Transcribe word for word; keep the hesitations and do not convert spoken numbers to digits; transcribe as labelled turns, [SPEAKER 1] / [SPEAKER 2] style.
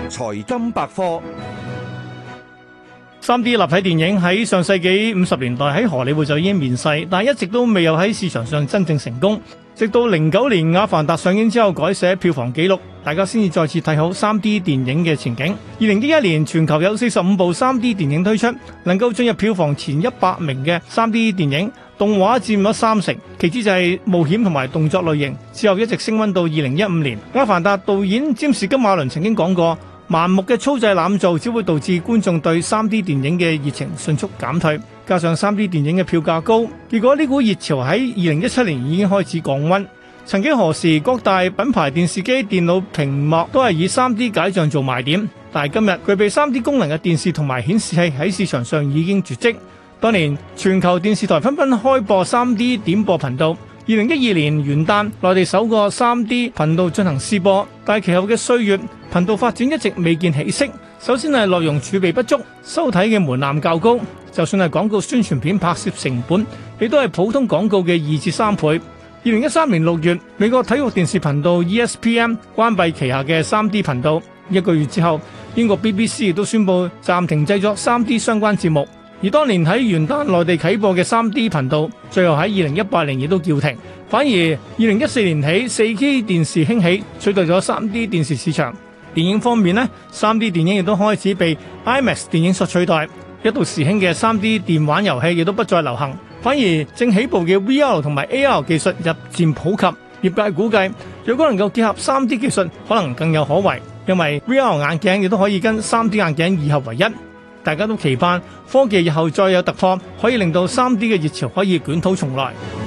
[SPEAKER 1] 財金百科。
[SPEAKER 2] 三 D 立體電影喺上世紀五十年代喺荷里活就已經面世，但係一直都未有喺市場上真正成功。直到零九年《阿凡達》上映之後改寫票房紀錄，大家先至再次睇好三 D 電影嘅前景。二零一一年全球有四十五部三 D 電影推出，能夠進入票房前一百名嘅三 D 電影，動畫佔咗三成，其次就係冒險同埋動作類型，之後一直升溫到二零一五年。《阿凡達》導演詹士金馬倫曾經講過，盲目嘅粗製濫造只會導致觀眾對三 D 電影嘅熱情迅速減退，加上三 D 電影嘅票價高，結果呢股熱潮喺二零一七年已經開始降溫。曾經何時各大品牌電視機、電腦屏幕都係以三 D 解像做賣點，但係今日具備三 D 功能嘅電視同埋顯示器喺市場上已經絕跡。當年全球電視台紛紛開播三 D 點播頻道。二零一二年元旦，內地首個三 D 頻道進行試播，但係其後嘅歲月，頻道發展一直未見起色。首先係內容儲備不足，收睇嘅門檻較高，就算係廣告宣傳片拍攝成本，亦都係普通廣告嘅二至三倍。二零一三年六月，美國體育電視頻道 E S P N 關閉旗下嘅三 D 頻道，一個月之後，英國 B B C 亦都宣布暫停製作三 D 相關節目。而當年喺元旦內地啟播嘅三 D 頻道，最後喺二零一八年亦都叫停。反而二零一四年起，四 K 電視興起，取代咗三 D 電視市場。電影方面呢，三 D 電影亦都開始被 IMAX 電影所取代，一度時興嘅三 D 電玩遊戲亦都不再流行。反而正起步嘅 V R 同埋 A R 技術日漸普及，業界估計如果能夠結合三 D 技術，可能更有可為，因為 V R 眼鏡亦都可以跟三 D 眼鏡二合為一。大家都期盼科技日後再有突破，可以令到三 D 嘅熱潮可以捲土重來。